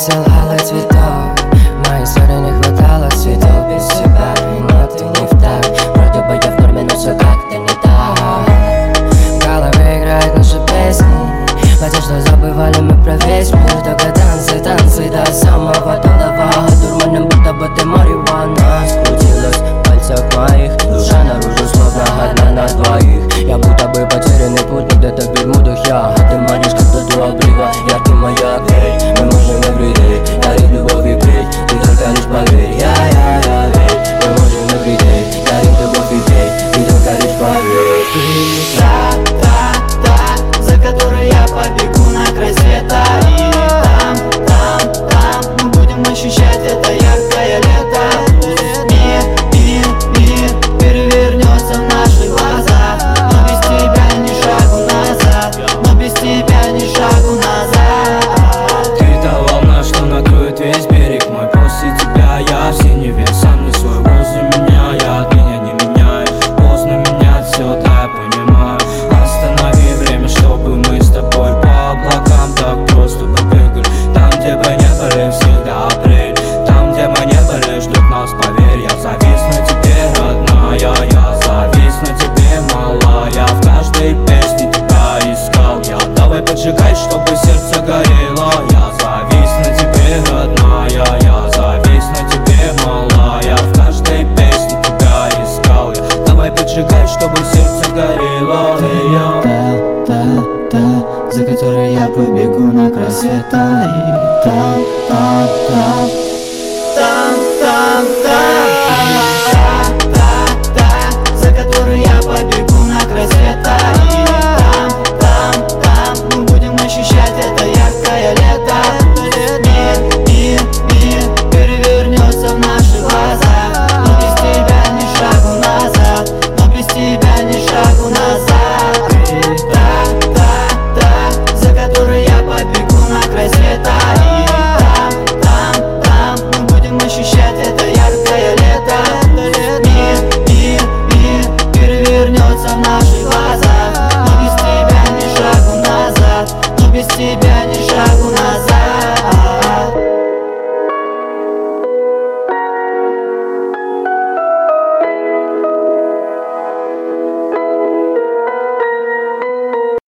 красил алый цветок. В моей истории не хватало цветов без тебя, но ты не в так. Вроде бы я в норме, но все как-то не так. В голове играют наши песни, хотя что забывали мы про весь мир. Только танцы, танцы до самого долова. Дурманом будто бы ты марихуана. Скрутилась в пальцах моих, душа наружу словно одна на двоих. Я будто бы потерянный путник где-то в Бермудах. А ты манишь как-то до облива, яркий маяк. Мы можем everyday дарить любовь и петь, ты только лишь поверь. Я верь, мы можем everyday дарить любовь и петь, ты только лишь поверь. Ты та, за которой я побегу на край света. И там мы будем ощущать это яркое лето. Мир перевернется в наших глазах, но без тебя ни шагу назад, но без тебя ни шагу назад. Ты та волна, что накроет весь берег мой. После тебя я в синеве, сам не свой. Возле меня я от меня не меняю. Поздно менять все, да я понимаю. Останови время, чтобы мы с тобой по облакам так просто побегали. Там, где бы не были, всегда апрель. Там, где мы не были, ждет нас, поверь. Я завис на тебе, родная, я завис на тебе, малая. В каждой песне тебя искал я. Давай поджигай, чтобы сердце горело. Я завис на тебе, родная, я завис на тебе, малая. В каждой песне тебя искал я. Давай поджигай, чтобы сердце горело. Ты та, за которой я побегу на край света.